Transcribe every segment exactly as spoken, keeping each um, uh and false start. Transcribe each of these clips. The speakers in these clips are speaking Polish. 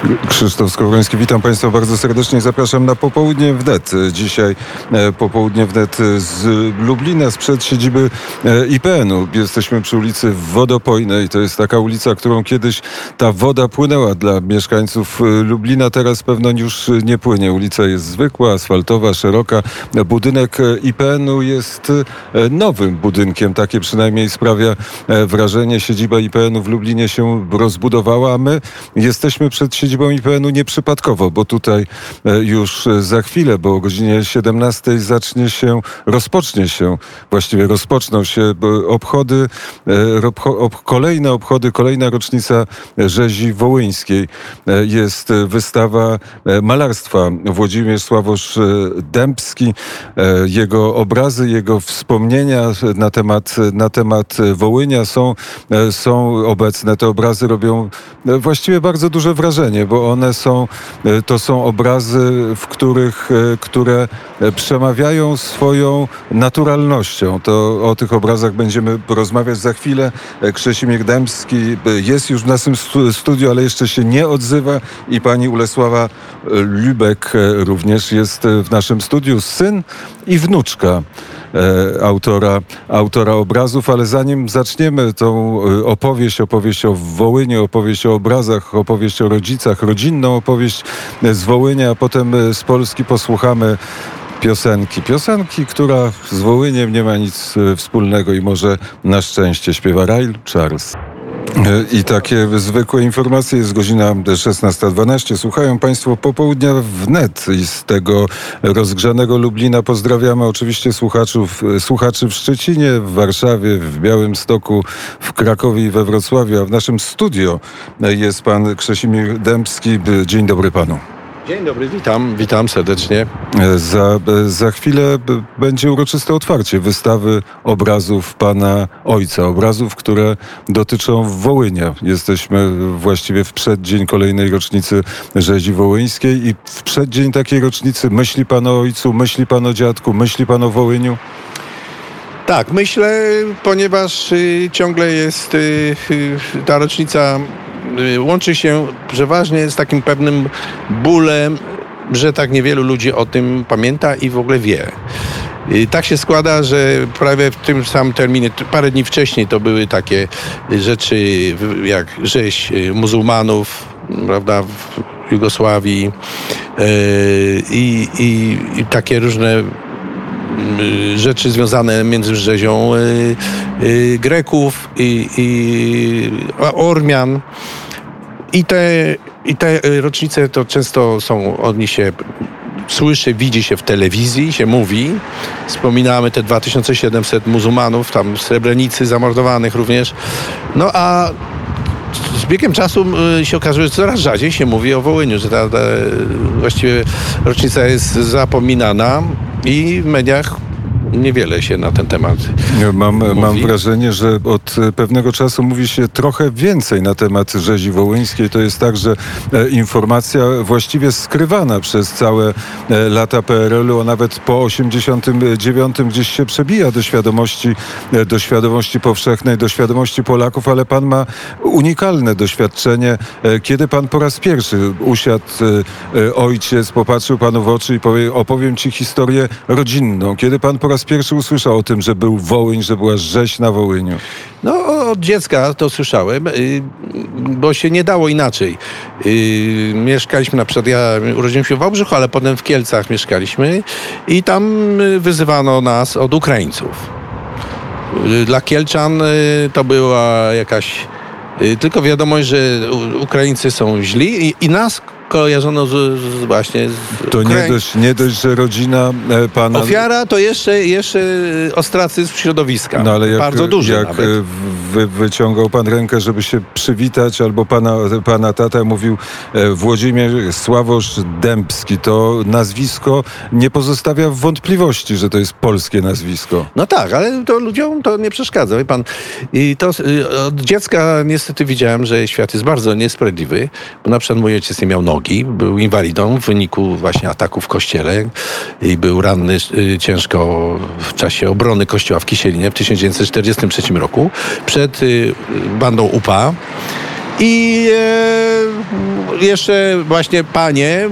Krzysztof Skowroński, witam Państwa bardzo serdecznie. Zapraszam na Popołudnie Wnet. Dzisiaj Popołudnie Wnet z Lublina, sprzed siedziby I P N-u. Jesteśmy przy ulicy Wodopojnej. To jest taka ulica, którą kiedyś ta woda płynęła dla mieszkańców Lublina. Teraz pewno już nie płynie. Ulica jest zwykła, asfaltowa, szeroka. Budynek I P N-u jest nowym budynkiem. Takie przynajmniej sprawia wrażenie. Siedziba I P N-u w Lublinie się rozbudowała, a my jesteśmy przed siedzibą I P N-u nieprzypadkowo, bo tutaj już za chwilę, bo o godzinie siedemnastej zacznie się, rozpocznie się, właściwie rozpoczną się obchody, kolejne obchody, kolejna rocznica rzezi wołyńskiej. Jest wystawa malarstwa. Włodzimierz Sławosz Dębski, jego obrazy, jego wspomnienia na temat, na temat Wołynia są, są obecne. Te obrazy robią właściwie bardzo duże wrażenie, bo one są, to są obrazy, w których, które przemawiają swoją naturalnością. To o tych obrazach będziemy rozmawiać za chwilę. Krzesimir Dębski jest już w naszym studiu, ale jeszcze się nie odzywa i pani Ulesława Lübeck również jest w naszym studiu. Syn i wnuczka autora, autora obrazów, ale zanim zaczniemy tą opowieść, opowieść o Wołyniu, opowieść o obrazach, opowieść o rodzicach, rodzinną opowieść z Wołynia, a potem z Polski posłuchamy piosenki. Piosenki, która z Wołyniem nie ma nic wspólnego i może na szczęście śpiewa Ray Charles. I takie zwykłe informacje. Jest godzina szesnasta dwanaście. Słuchają Państwo Popołudnia Wnet i z tego rozgrzanego Lublina pozdrawiamy oczywiście słuchaczów, słuchaczy w Szczecinie, w Warszawie, w Białymstoku, w Krakowie i we Wrocławiu. A w naszym studio jest pan Krzesimir Dębski. Dzień dobry panu. Dzień dobry, witam, witam serdecznie. Za, za chwilę będzie uroczyste otwarcie wystawy obrazów pana ojca, obrazów, które dotyczą Wołynia. Jesteśmy właściwie w przeddzień kolejnej rocznicy rzezi wołyńskiej i w przeddzień takiej rocznicy myśli pan o ojcu, myśli pan o dziadku, myśli pan o Wołyniu? Tak, myślę, ponieważ y, ciągle jest y, y, ta rocznica łączy się przeważnie z takim pewnym bólem, że tak niewielu ludzi o tym pamięta i w ogóle wie. I tak się składa, że prawie w tym samym terminie, parę dni wcześniej to były takie rzeczy jak rzeź muzułmanów, prawda, w Jugosławii i, i, i takie różne rzeczy związane między rzezią y, y, Greków i, i Ormian. I te, I te rocznice to często są, od nich się słyszy, widzi się w telewizji, się mówi. Wspominamy te dwa tysiące siedemset muzułmanów, tam w Srebrenicy zamordowanych również. No a z biegiem czasu się okazuje, że coraz rzadziej się mówi o Wołyniu, że ta, ta właściwie rocznica jest zapominana i w mediach niewiele się na ten temat mam, mówi. Mam wrażenie, że od pewnego czasu mówi się trochę więcej na temat rzezi wołyńskiej. To jest tak, że informacja właściwie skrywana przez całe lata P R L u, a nawet po osiemdziesiątym dziewiątym gdzieś się przebija do świadomości, do świadomości powszechnej, do świadomości Polaków, ale pan ma unikalne doświadczenie. Kiedy pan po raz pierwszy usiadł ojciec, popatrzył panu w oczy i powie, opowiem ci historię rodzinną. Kiedy pan po raz pierwszy usłyszał o tym, że był Wołyń, że była rzeź na Wołyniu? No, od dziecka to słyszałem, bo się nie dało inaczej. Mieszkaliśmy, na przykład ja urodziłem się w Wałbrzychu, ale potem w Kielcach mieszkaliśmy i tam wyzywano nas od Ukraińców. Dla Kielczan to była jakaś tylko wiadomość, że Ukraińcy są źli i, i nas kojarzono z, z właśnie z To nie dość, nie dość, że rodzina pana... Ofiara to jeszcze, jeszcze ostracyzm środowiska. No ale jak, bardzo duży jak nawet. Wy, wyciągał pan rękę, żeby się przywitać, albo pana, pana tata mówił Włodzimierz Sławosz Dębski, to nazwisko nie pozostawia wątpliwości, że to jest polskie nazwisko. No tak, ale to ludziom to nie przeszkadza. Wie pan, i to od dziecka niestety widziałem, że świat jest bardzo niesprawiedliwy, bo na przykład mój ojciec nie miał nogi. Był inwalidą w wyniku właśnie ataku w kościele i był ranny y, ciężko w czasie obrony kościoła w Kisielinie w tysiąc dziewięćset czterdziestym trzecim roku przed y, bandą U P A. I e, jeszcze właśnie panie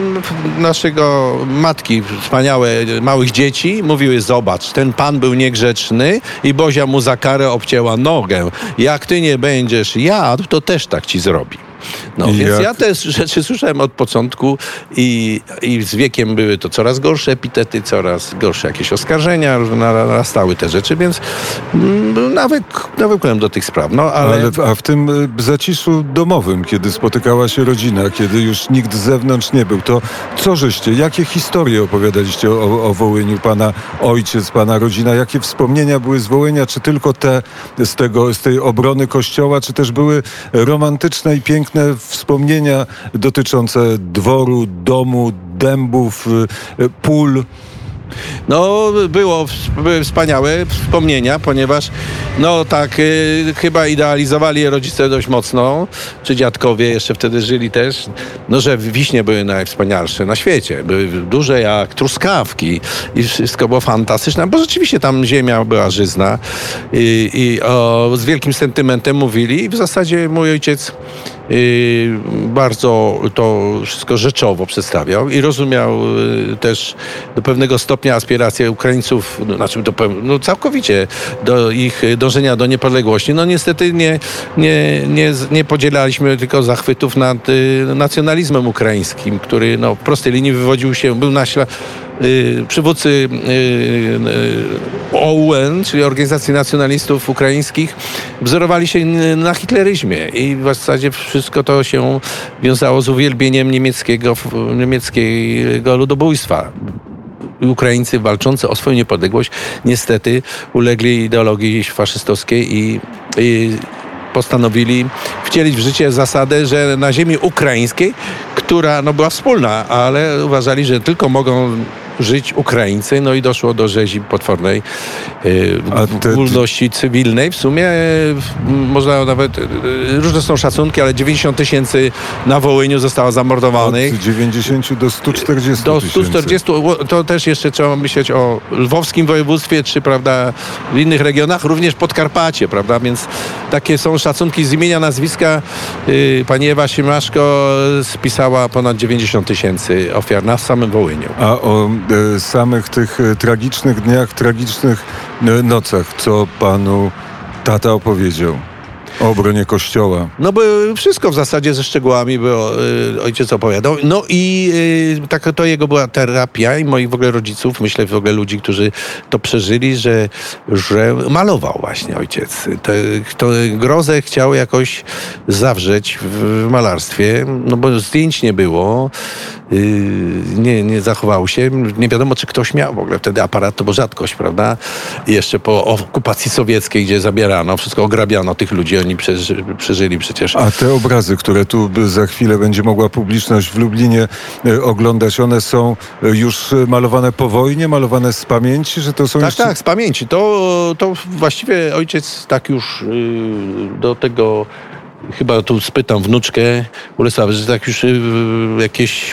naszego matki, wspaniałe małych dzieci, mówiły: zobacz, ten pan był niegrzeczny i Bozia mu za karę obcięła nogę. Jak ty nie będziesz jadł, to też tak ci zrobi. No, I więc jak... ja te rzeczy słyszałem od początku i, i z wiekiem były to coraz gorsze epitety, coraz gorsze jakieś oskarżenia, narastały te rzeczy, więc mm, nawyk, nawykłem do tych spraw. No, ale... ale a w tym zaciszu domowym, kiedy spotykała się rodzina, kiedy już nikt z zewnątrz nie był, to co żeście, jakie historie opowiadaliście o, o Wołyniu? Pana ojciec, pana rodzina, jakie wspomnienia były z Wołynia? Czy tylko te z, tego, z tej obrony kościoła, czy też były romantyczne i piękne wspomnienia dotyczące dworu, domu, dębów, pól? No, było, były wspaniałe wspomnienia, ponieważ no tak, y, chyba idealizowali je rodzice dość mocno, czy dziadkowie jeszcze wtedy żyli też, no, że wiśnie były najwspanialsze na świecie. Były duże jak truskawki i wszystko było fantastyczne, bo rzeczywiście tam ziemia była żyzna i, i o, z wielkim sentymentem mówili i w zasadzie mój ojciec Yy, bardzo to wszystko rzeczowo przedstawiał i rozumiał yy, też do pewnego stopnia aspiracje Ukraińców, no, znaczy do, no, całkowicie do ich dążenia do niepodległości. No niestety nie, nie, nie, nie podzielaliśmy tylko zachwytów nad yy, nacjonalizmem ukraińskim, który no, w prostej linii wywodził się, był naśla Yy, przywódcy yy, yy, O U N, czyli Organizacji Nacjonalistów Ukraińskich, wzorowali się na hitleryzmie i w zasadzie wszystko to się wiązało z uwielbieniem niemieckiego, niemieckiego ludobójstwa. Ukraińcy walczący o swoją niepodległość niestety ulegli ideologii faszystowskiej i, i postanowili wcielić w życie zasadę, że na ziemi ukraińskiej, która no, była wspólna, ale uważali, że tylko mogą żyć Ukraińcy, no i doszło do rzezi potwornej yy, te... wolności cywilnej. W sumie yy, można nawet, yy, różne są szacunki, ale dziewięćdziesiąt tysięcy na Wołyniu zostało zamordowanych. Od dziewięćdziesięciu do stu czterdziestu Do stu czterdziestu, to też jeszcze trzeba myśleć o lwowskim województwie, czy prawda, w innych regionach, również Podkarpacie, prawda, więc takie są szacunki z imienia, nazwiska. Yy, pani Ewa Siemaszko spisała ponad dziewięćdziesiąt tysięcy ofiar na samym Wołyniu. A o e, samych tych e, tragicznych dniach, tragicznych e, nocach, co panu tata opowiedział? O obronie kościoła. No bo wszystko w zasadzie ze szczegółami było, y, ojciec opowiadał. No i y, tak to jego była terapia i moich w ogóle rodziców, myślę w ogóle ludzi, którzy to przeżyli, że, że malował właśnie ojciec. Te, to grozę chciał jakoś zawrzeć w, w malarstwie, no bo zdjęć nie było. Yy, nie, nie zachował się. Nie wiadomo, czy ktoś miał w ogóle wtedy aparat, to była rzadkość, prawda? I jeszcze po okupacji sowieckiej, gdzie zabierano, wszystko ograbiano tych ludzi, oni przeży, przeżyli przecież. A te obrazy, które tu za chwilę będzie mogła publiczność w Lublinie e, oglądać, one są już malowane po wojnie, malowane z pamięci, że to są Tak, jeszcze... tak, z pamięci. To, to właściwie ojciec tak już yy, do tego, chyba tu spytam wnuczkę Bolesławy, że tak już yy, jakieś...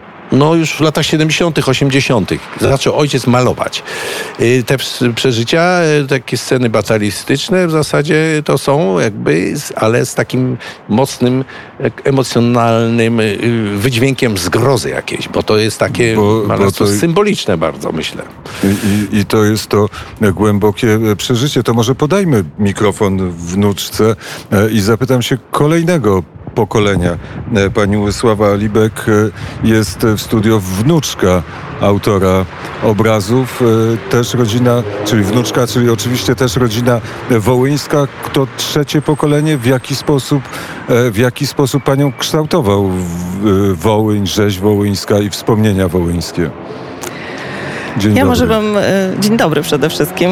No już w latach siedemdziesiątych, osiemdziesiątych zaczął ojciec malować. Te przeżycia, takie sceny batalistyczne w zasadzie to są jakby, ale z takim mocnym, emocjonalnym wydźwiękiem zgrozy jakiejś, bo to jest takie bo, malarstwo bo to... symboliczne bardzo, myślę. I, I to jest to głębokie przeżycie. To może podajmy mikrofon wnuczce i zapytam się kolejnego pokolenia. Pani Łysława Libek jest w studio, wnuczka autora obrazów, też rodzina, czyli wnuczka, czyli oczywiście też rodzina wołyńska. Kto trzecie pokolenie, w jaki sposób, w jaki sposób panią kształtował Wołyń, rzeź wołyńska i wspomnienia wołyńskie? Dzień ja dobry. może bym... Dzień dobry przede wszystkim.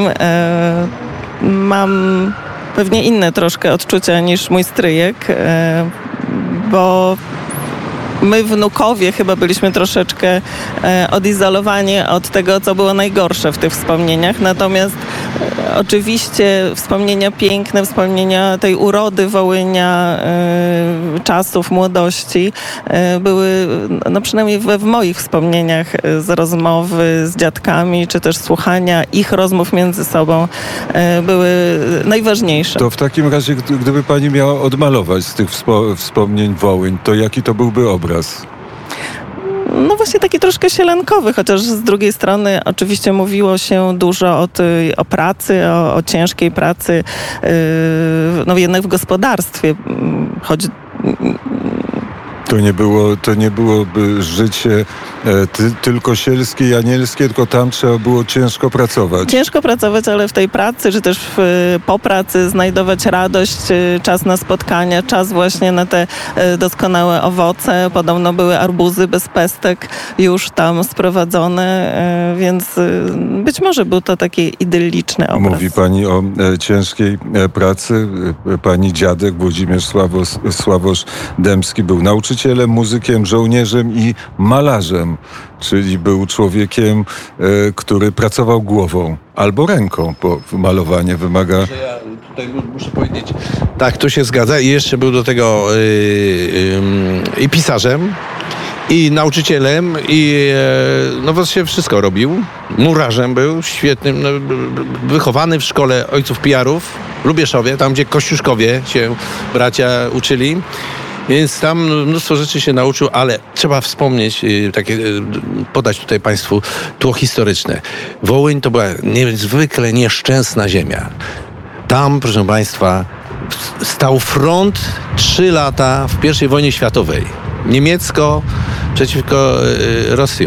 Mam pewnie inne troszkę odczucia niż mój stryjek, bo my wnukowie chyba byliśmy troszeczkę e, odizolowani od tego, co było najgorsze w tych wspomnieniach. Natomiast e, oczywiście wspomnienia piękne, wspomnienia tej urody Wołynia, e, czasów młodości e, były, no przynajmniej we w moich wspomnieniach e, z rozmowy z dziadkami, czy też słuchania ich rozmów między sobą e, były najważniejsze. To w takim razie, gdy- gdyby pani miała odmalować z tych wspo- wspomnień Wołyń, to jaki to byłby obraz? No właśnie taki troszkę sielankowy, chociaż z drugiej strony oczywiście mówiło się dużo o, tej, o pracy, o, o ciężkiej pracy, yy, no jednak w gospodarstwie, mm, choć To nie było, to nie byłoby życie e, ty, tylko sielskie i anielskie, tylko tam trzeba było ciężko pracować. ciężko pracować, ale w tej pracy, czy też w, po pracy znajdować radość, y, czas na spotkania, czas właśnie na te y, doskonałe owoce. Podobno były arbuzy bez pestek już tam sprowadzone, y, więc y, być może był to taki idylliczny obraz. Mówi pani o e, ciężkiej e, pracy. E, pani dziadek Włodzimierz Sławos, Sławosz Dębski był nauczycielem, muzykiem, żołnierzem i malarzem, czyli był człowiekiem, e, który pracował głową albo ręką, bo malowanie wymaga... Ja tutaj muszę powiedzieć, tak, to się zgadza. I jeszcze był do tego yy, yy, i pisarzem, i nauczycielem, i yy, no właściwie wszystko robił. Murarzem był, świetnym, no, wychowany w szkole ojców pijarów w Lubieszowie, tam gdzie Kościuszkowie się bracia uczyli. Więc tam mnóstwo rzeczy się nauczył, ale trzeba wspomnieć, yy, takie, yy, podać tutaj Państwu tło historyczne. Wołyń to była niezwykle nieszczęsna ziemia. Tam, proszę Państwa, stał front trzy lata w pierwszej wojnie światowej. Niemiecko przeciwko yy, Rosji.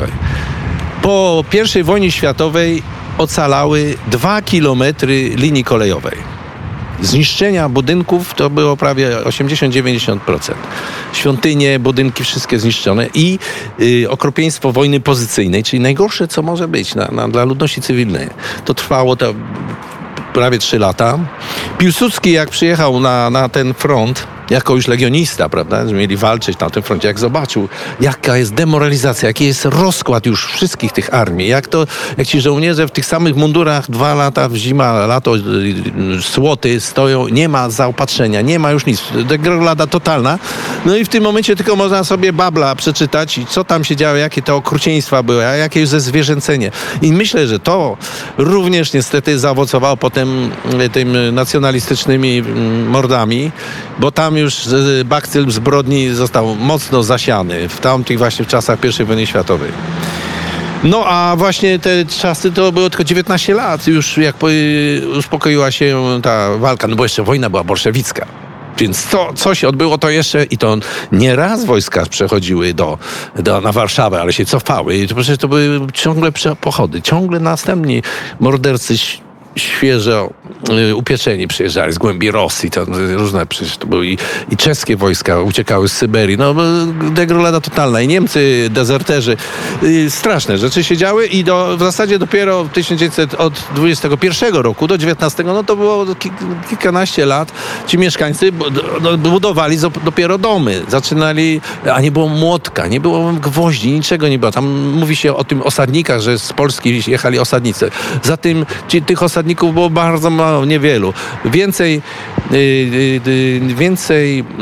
Po pierwszej wojnie światowej ocalały dwa kilometry linii kolejowej. Zniszczenia budynków to było prawie osiemdziesiąt do dziewięćdziesięciu procent. Świątynie, budynki, wszystkie zniszczone i y, okropieństwo wojny pozycyjnej, czyli najgorsze, co może być na, na, dla ludności cywilnej. To trwało to prawie trzy lata. Piłsudski, jak przyjechał na, na ten front, jako już legionista, prawda, że mieli walczyć na tym froncie, jak zobaczył, jaka jest demoralizacja, jaki jest rozkład już wszystkich tych armii, jak to, jak ci żołnierze w tych samych mundurach dwa lata, w zima, lato, słoty stoją, nie ma zaopatrzenia, nie ma już nic, degrolada totalna. No i w tym momencie tylko można sobie Babla przeczytać i co tam się działo, jakie te okrucieństwa były, a jakie już zezwierzęcenie. I myślę, że to również niestety zaowocowało potem tymi nacjonalistycznymi mordami, bo tam już bakcyl zbrodni został mocno zasiany w tamtych właśnie w czasach pierwszej wojny światowej. No a właśnie te czasy to było tylko dziewiętnaście lat, już jak po, uspokoiła się ta walka, no bo jeszcze wojna była bolszewicka. Więc to, co się odbyło, to jeszcze i to nie raz wojska przechodziły do, do, na Warszawę, ale się cofały. I to przecież to były ciągle pochody, ciągle następni mordercy świeżo y, upieczeni przyjeżdżali z głębi Rosji, to różne przecież to były i, i czeskie wojska uciekały z Syberii, no degrolada totalna i Niemcy, dezerterzy, y, straszne rzeczy się działy i do, w zasadzie dopiero w tysiąc dziewięćset od dwudziestego pierwszego roku do dziewiętnastego, no to było ki, kilkanaście lat, ci mieszkańcy no, budowali dopiero domy, zaczynali, a nie było młotka, nie było gwoździ, niczego nie było, tam mówi się o tym osadnikach, że z Polski jechali osadnicy, za tym ci, tych osadników było bardzo mało, niewielu. Więcej, yy, yy, więcej yy,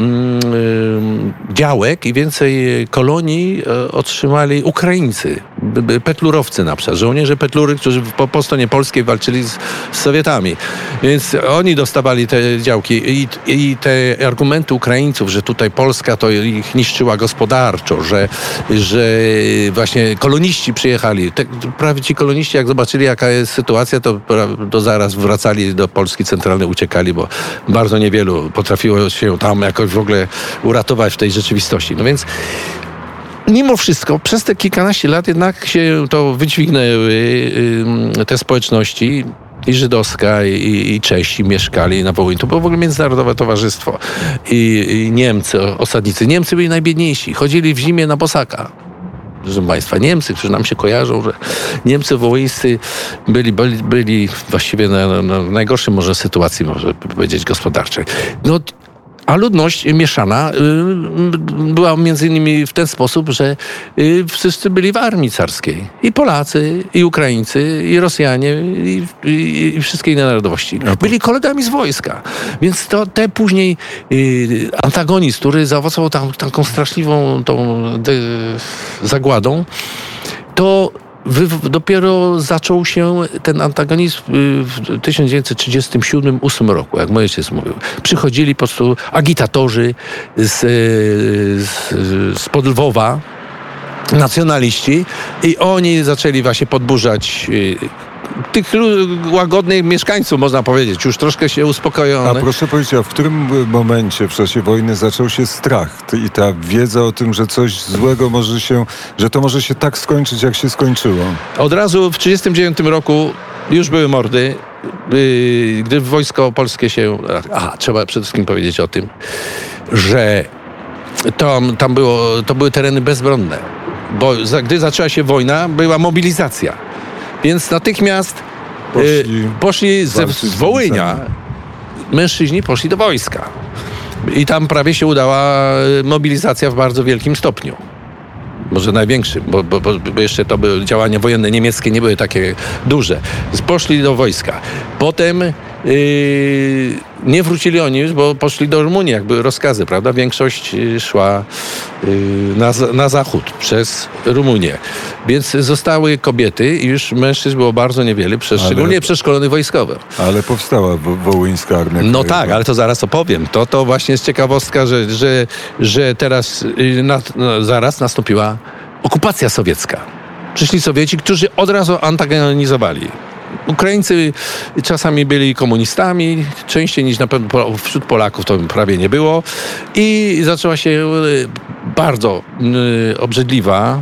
działek i więcej kolonii yy, otrzymali Ukraińcy, petlurowcy na przykład, żołnierze petlury, którzy po, po stronie polskiej walczyli z, z Sowietami. Więc oni dostawali te działki i, i te argumenty Ukraińców, że tutaj Polska to ich niszczyła gospodarczo, że, że właśnie koloniści przyjechali. Te, prawie ci koloniści, jak zobaczyli, jaka jest sytuacja, to to zaraz wracali do Polski centralnej, uciekali, bo bardzo niewielu potrafiło się tam jakoś w ogóle uratować w tej rzeczywistości. No więc mimo wszystko przez te kilkanaście lat jednak się to wydźwignęły te społeczności i żydowska, i, i Czesi mieszkali na Wołyniu. To było w ogóle międzynarodowe towarzystwo. I, i Niemcy, osadnicy. Niemcy byli najbiedniejsi. Chodzili w zimie na bosaka. Proszę Państwa, Niemcy, którzy nam się kojarzą, że Niemcy wołyńscy byli, byli, byli właściwie na, na, na najgorszej może sytuacji, może powiedzieć, gospodarczej. No, A ludność mieszana y, była między innymi w ten sposób, że y, wszyscy byli w armii carskiej. I Polacy, i Ukraińcy, i Rosjanie, i, i, i wszystkie inne narodowości. Byli kolegami z wojska. Więc to te później y, antagonizm, który zaowocował tam, taką straszliwą tą de, zagładą, to Wy, dopiero zaczął się ten antagonizm w tysiąc dziewięćset trzydziestym siódmym ósmym roku, jak mój ojciec mówił. Przychodzili po prostu agitatorzy z, z, z Lwowa, nacjonaliści, i oni zaczęli właśnie podburzać tych łagodnych mieszkańców, można powiedzieć, już troszkę się uspokojonych. A proszę powiedzieć, a w którym momencie w czasie wojny zaczął się strach i ta wiedza o tym, że coś złego może się, że to może się tak skończyć, jak się skończyło? Od razu w tysiąc dziewięćset trzydziestym dziewiątym roku już były mordy, gdy wojsko polskie się... A, trzeba przede wszystkim powiedzieć o tym, że tam, tam było, to były tereny bezbronne, bo za, gdy zaczęła się wojna, była mobilizacja. Więc natychmiast poszli, poszli z, z Wołynia, mężczyźni poszli do wojska. I tam prawie się udała mobilizacja w bardzo wielkim stopniu. Może największym, bo, bo, bo jeszcze to były działania wojenne niemieckie, nie były takie duże. Więc poszli do wojska. Potem yy, nie wrócili oni już, bo poszli do Rumunii, jak były rozkazy, prawda? Większość szła yy, na, na zachód, przez Rumunię. Więc zostały kobiety i już mężczyzn było bardzo niewiele, ale, szczególnie przeszkolonych wojskowo. Ale powstała wo- wołyńska armia. No tak, ale to zaraz opowiem. To, to właśnie jest ciekawostka, że, że, że teraz yy, na, no, zaraz nastąpiła okupacja sowiecka. Przyszli Sowieci, którzy od razu antagonizowali. Ukraińcy czasami byli komunistami, częściej niż na pewno wśród Polaków to prawie nie było. I zaczęła się bardzo obrzydliwa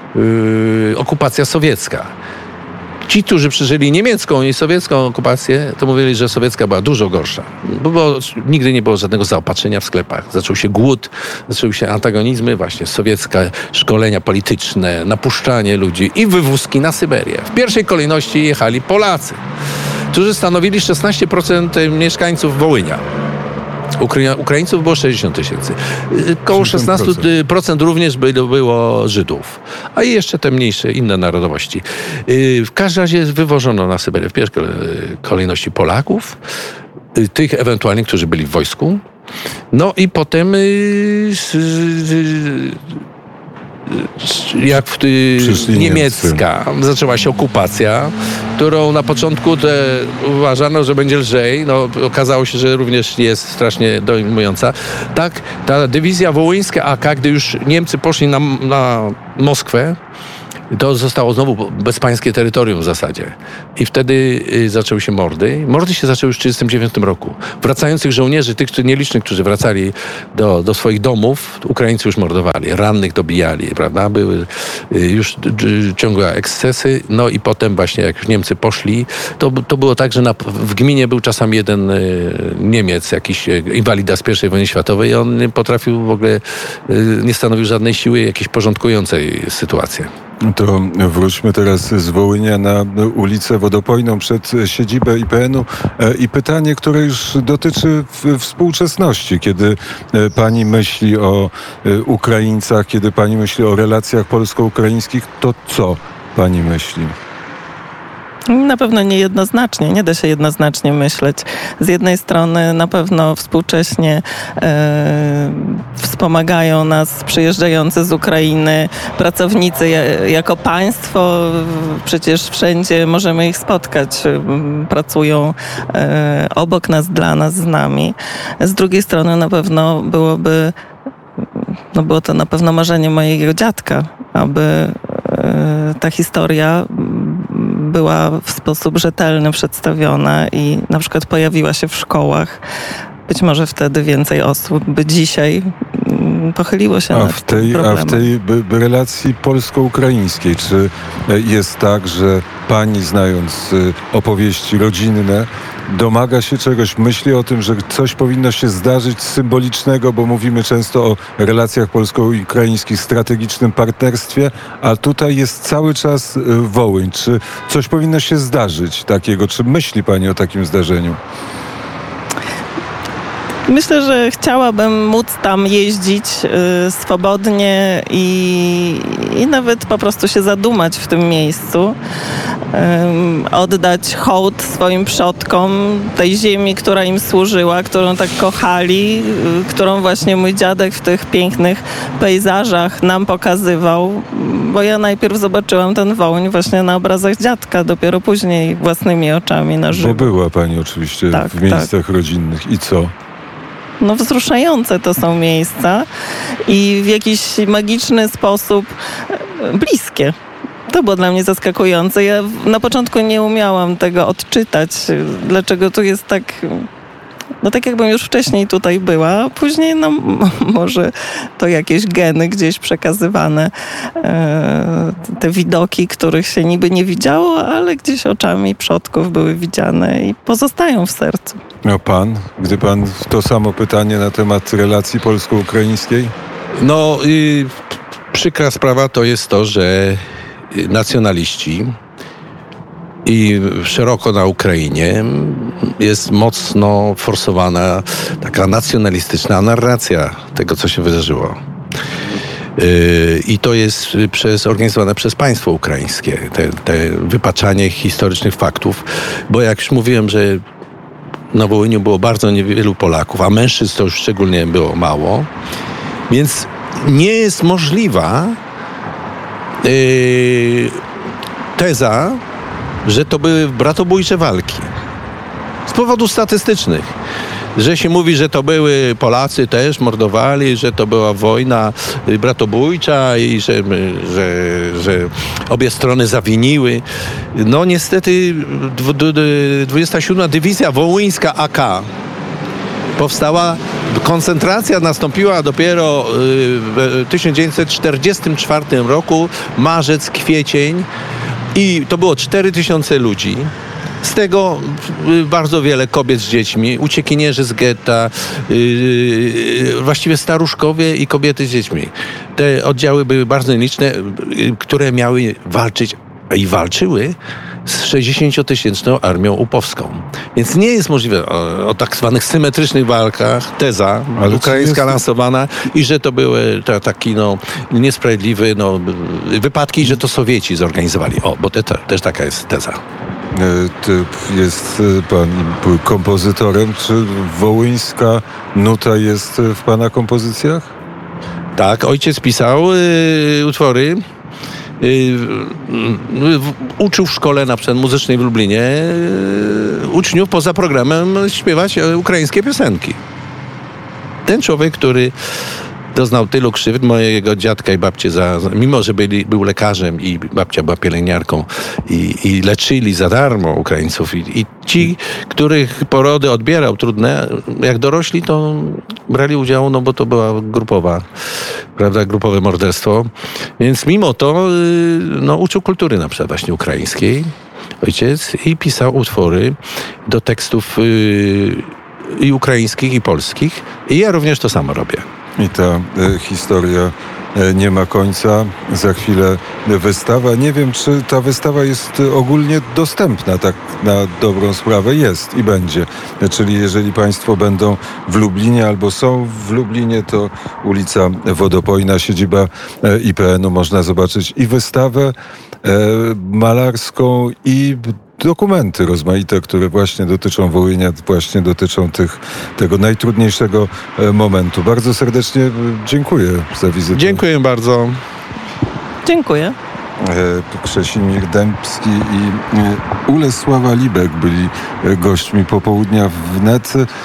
okupacja sowiecka. Ci, którzy przeżyli niemiecką i sowiecką okupację, to mówili, że sowiecka była dużo gorsza. Bo nigdy nie było żadnego zaopatrzenia w sklepach. Zaczął się głód, zaczęły się antagonizmy, właśnie sowieckie szkolenia polityczne, napuszczanie ludzi i wywózki na Syberię. W pierwszej kolejności jechali Polacy, którzy stanowili szesnaście procent mieszkańców Wołynia. Ukra- Ukraińców było sześćdziesiąt tysięcy. Koło szesnaście procent również było Żydów. A i jeszcze te mniejsze, inne narodowości. W każdym razie wywożono na Syberię w pierwszej kolejności Polaków, tych ewentualnie, którzy byli w wojsku. No i potem jak w, niemiecka zaczęła się okupacja, którą na początku te uważano, że będzie lżej. No, okazało się, że również jest strasznie dojmująca. Tak, ta dywizja wołyńska A K, gdy już Niemcy poszli na, na Moskwę, to zostało znowu bezpańskie terytorium w zasadzie. I wtedy y, zaczęły się mordy. Mordy się zaczęły już w tysiąc dziewięćset trzydziestym dziewiątym roku. Wracających żołnierzy, tych którzy nielicznych, którzy wracali do, do swoich domów, Ukraińcy już mordowali. Rannych dobijali, prawda? Były y, już y, ciągłe ekscesy. No i potem właśnie jak Niemcy poszli, to, to było tak, że na, w gminie był czasami jeden y, Niemiec, jakiś y, inwalida z pierwszej wojny światowej i on nie potrafił w ogóle, y, nie stanowił żadnej siły jakiejś porządkującej sytuację. To wróćmy teraz z Wołynia na ulicę Wodopojną przed siedzibę I P N-u i pytanie, które już dotyczy współczesności. Kiedy pani myśli o Ukraińcach, kiedy pani myśli o relacjach polsko-ukraińskich, to co pani myśli? Na pewno niejednoznacznie, nie da się jednoznacznie myśleć. Z jednej strony na pewno współcześnie e, wspomagają nas przyjeżdżający z Ukrainy pracownicy jako państwo. Przecież wszędzie możemy ich spotkać. Pracują e, obok nas, dla nas, z nami. Z drugiej strony na pewno byłoby, no było to na pewno marzenie mojego dziadka, aby e, ta historia była w sposób rzetelny przedstawiona i na przykład pojawiła się w szkołach. Być może wtedy więcej osób by dzisiaj pochyliło się a nad w tej, tym problemem. A w tej by, by relacji polsko-ukraińskiej, czy jest tak, że pani, znając opowieści rodzinne, domaga się czegoś, myśli o tym, że coś powinno się zdarzyć symbolicznego, bo mówimy często o relacjach polsko-ukraińskich, strategicznym partnerstwie, a tutaj jest cały czas Wołyń. Czy coś powinno się zdarzyć takiego? Czy myśli pani o takim zdarzeniu? Myślę, że chciałabym móc tam jeździć y, swobodnie i, i nawet po prostu się zadumać w tym miejscu. Ym, oddać hołd swoim przodkom, tej ziemi, która im służyła, którą tak kochali, y, którą właśnie mój dziadek w tych pięknych pejzażach nam pokazywał, bo ja najpierw zobaczyłam ten Wołyń właśnie na obrazach dziadka, dopiero później własnymi oczami na żywo. Bo była pani oczywiście Tak, w miejscach rodzinnych. I co? No wzruszające to są miejsca i w jakiś magiczny sposób e, bliskie. To było dla mnie zaskakujące. Ja w- na początku nie umiałam tego odczytać, e, dlaczego tu jest tak, no tak jakbym już wcześniej tutaj była, a później no m- może to jakieś geny gdzieś przekazywane, e, te widoki, których się niby nie widziało, ale gdzieś oczami przodków były widziane i pozostają w sercu. A pan, gdy pan to samo pytanie na temat relacji polsko-ukraińskiej? No, y, przykra sprawa to jest to, że nacjonaliści i szeroko na Ukrainie jest mocno forsowana taka nacjonalistyczna narracja tego, co się wydarzyło. Yy, I to jest przez, zorganizowane przez państwo ukraińskie, te, te wypaczanie historycznych faktów, bo jak już mówiłem, że na Wołyniu było bardzo niewielu Polaków, a mężczyzn to już szczególnie było mało, więc nie jest możliwa yy, teza, że to były bratobójcze walki. Z powodów statystycznych. Że się mówi, że to były Polacy też mordowali, że to była wojna y, bratobójcza i że, że, że obie strony zawiniły. No niestety dwu- du- du- dwudziesta siódma Dywizja Wołyńska A K powstała, koncentracja nastąpiła dopiero y, w tysiąc dziewięćset czterdziestym czwartym roku, marzec, kwiecień i to było cztery tysiące ludzi. Z tego y, bardzo wiele kobiet z dziećmi, uciekinierzy z getta, y, y, właściwie staruszkowie i kobiety z dziećmi. Te oddziały były bardzo liczne, y, które miały walczyć i walczyły z sześćdziesięciotysięczną armią upowską. Więc nie jest możliwe o, o tak zwanych symetrycznych walkach, teza Ale ukraińska jest- lansowana i że to były ta, taki no, niesprawiedliwy no, wypadki, że to Sowieci zorganizowali. O, bo te, te, też taka jest teza. E, ty- Jest e, pan kompozytorem. Czy wołyńska nuta jest e, w pana kompozycjach? Tak, ojciec pisał y, utwory. Y, y, w- uczył w szkole na przykład muzycznej w Lublinie y, uczniów poza programem śpiewać e, ukraińskie piosenki. Ten człowiek, który doznał tylu krzywd, mojego dziadka i babcie, za, mimo że byli, był lekarzem i babcia była pielęgniarką i, i leczyli za darmo Ukraińców i, i ci, których porody odbierał trudne, jak dorośli, to brali udział, no bo to była grupowa, prawda, grupowe morderstwo. Więc mimo to y, no, uczył kultury na przykład właśnie ukraińskiej, ojciec, i pisał utwory do tekstów y, i ukraińskich, i polskich. I ja również to samo robię. I ta e, historia e, nie ma końca. Za chwilę wystawa. Nie wiem, czy ta wystawa jest e, ogólnie dostępna, tak na dobrą sprawę. Jest i będzie. E, Czyli jeżeli państwo będą w Lublinie albo są w Lublinie, to ulica Wodopojna, siedziba e, I P N u. Można zobaczyć i wystawę e, malarską, i dokumenty rozmaite, które właśnie dotyczą Wołynia, właśnie dotyczą tych, tego najtrudniejszego e, momentu. Bardzo serdecznie e, dziękuję za wizytę. Dziękuję bardzo. Dziękuję. E, Krzesimir Dębski i e, Ulesława Libek byli e, gośćmi popołudnia w Wnet.